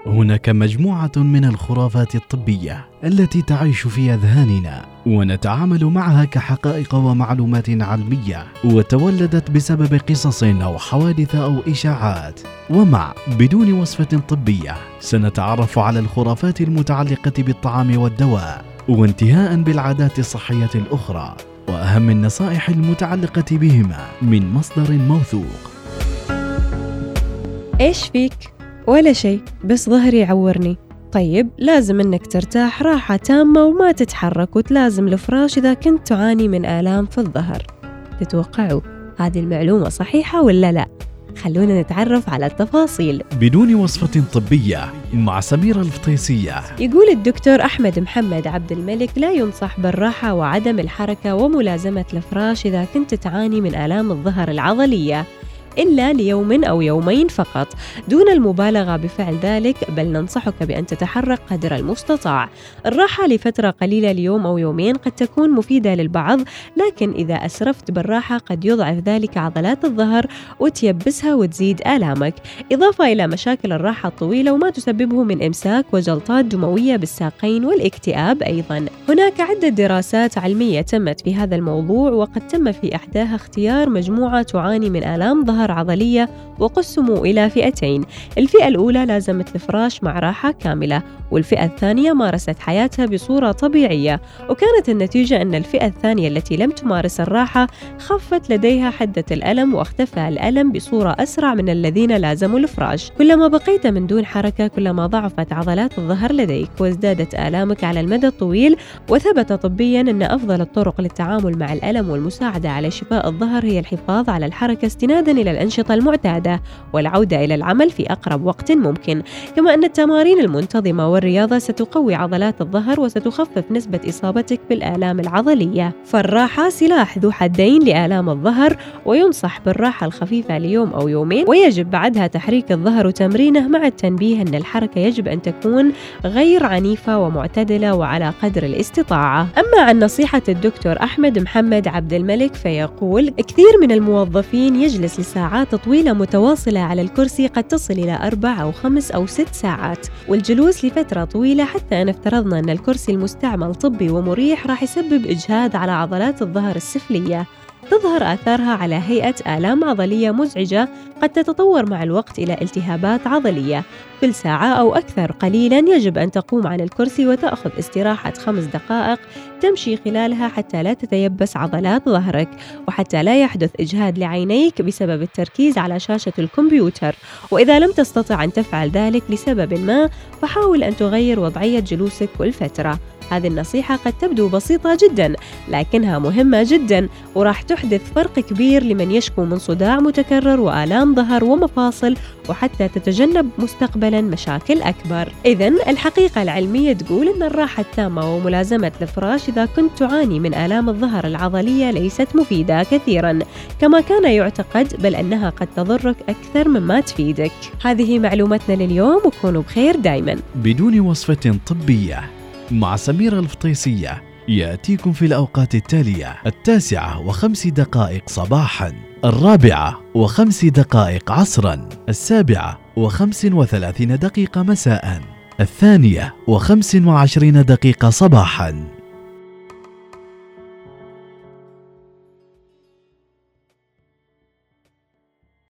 هناك مجموعة من الخرافات الطبية التي تعيش في أذهاننا ونتعامل معها كحقائق ومعلومات علمية، وتولدت بسبب قصص أو حوادث أو إشاعات. ومع بدون وصفة طبية سنتعرف على الخرافات المتعلقة بالطعام والدواء، وانتهاء بالعادات الصحية الأخرى وأهم النصائح المتعلقة بهما من مصدر موثوق. إيش فيك؟ ولا شيء، بس ظهري يعورني. طيب لازم إنك ترتاح راحة تامة وما تتحرك وتلازم الفراش إذا كنت تعاني من آلام في الظهر. تتوقعوا هذه المعلومة صحيحة ولا لا؟ خلونا نتعرف على التفاصيل. بدون وصفة طبية مع سميرة الفطيسية. يقول الدكتور أحمد محمد عبد الملك: لا ينصح بالراحة وعدم الحركة وملازمة الفراش إذا كنت تعاني من آلام الظهر العضلية إلا ليوم أو يومين فقط، دون المبالغة بفعل ذلك، بل ننصحك بأن تتحرك قدر المستطاع. الراحة لفترة قليلة ليوم أو يومين قد تكون مفيدة للبعض، لكن إذا أسرفت بالراحة قد يضعف ذلك عضلات الظهر وتيبسها وتزيد آلامك، إضافة إلى مشاكل الراحة الطويلة وما تسببه من إمساك وجلطات دموية بالساقين والاكتئاب. أيضا هناك عدة دراسات علمية تمت في هذا الموضوع، وقد تم في إحداها اختيار مجموعة تعاني من آلام ظهر عضلية وقسموا إلى فئتين. الفئة الأولى لازمت الفراش مع راحة كاملة، والفئة الثانية مارست حياتها بصورة طبيعية، وكانت النتيجة أن الفئة الثانية التي لم تمارس الراحة خفت لديها حدة الألم واختفى الألم بصورة أسرع من الذين لازموا الفراش. كلما بقيت من دون حركة كلما ضعفت عضلات الظهر لديك وازدادت آلامك على المدى الطويل. وثبت طبياً أن أفضل الطرق للتعامل مع الألم والمساعدة على شفاء الظهر هي الحفاظ على الحركة استناداً إلى الأنشطة المعتادة والعودة إلى العمل في أقرب وقت ممكن، كما أن التمارين المنتظمة والرياضة ستقوي عضلات الظهر وستخفف نسبة إصابتك بالآلام العضلية. فالراحة سلاح ذو حدين لآلام الظهر، وينصح بالراحة الخفيفة ليوم أو يومين، ويجب بعدها تحريك الظهر وتمرينه، مع التنبيه أن الحركة يجب أن تكون غير عنيفة ومعتدلة وعلى قدر الاستطاعة. أما عن نصيحة الدكتور أحمد محمد عبد الملك فيقول: كثير من الموظفين يجلس لساعات طويلة متواصلة على الكرسي، قد تصل إلى 4 أو 5 أو 6 ساعات، والجلوس لفترة طويلة حتى أن افترضنا أن الكرسي المستعمل طبي ومريح راح يسبب إجهاد على عضلات الظهر السفلية، تظهر آثارها على هيئة آلام عضلية مزعجة قد تتطور مع الوقت إلى التهابات عضلية. كل ساعة أو أكثر قليلاً يجب أن تقوم عن الكرسي وتأخذ استراحة 5 دقائق تمشي خلالها حتى لا تتيبس عضلات ظهرك، وحتى لا يحدث إجهاد لعينيك بسبب التركيز على شاشة الكمبيوتر. وإذا لم تستطع أن تفعل ذلك لسبب ما، فحاول أن تغير وضعية جلوسك كل فترة. هذه النصيحة قد تبدو بسيطة جدا، لكنها مهمة جدا، وراح تحدث فرق كبير لمن يشكو من صداع متكرر وآلام ظهر ومفاصل، وحتى تتجنب مستقبلا مشاكل أكبر. إذن الحقيقة العلمية تقول أن الراحة التامة وملازمة الفراش إذا كنت تعاني من آلام الظهر العضلية ليست مفيدة كثيرا كما كان يعتقد، بل أنها قد تضرك أكثر مما تفيدك. هذه معلومتنا لليوم، وكونوا بخير دايما. بدون وصفة طبية مع سميرة الفطيسية يأتيكم في الأوقات التالية: 9:05 صباحا، 4:05 عصرا، 7:35 مساء، 2:25 صباحا.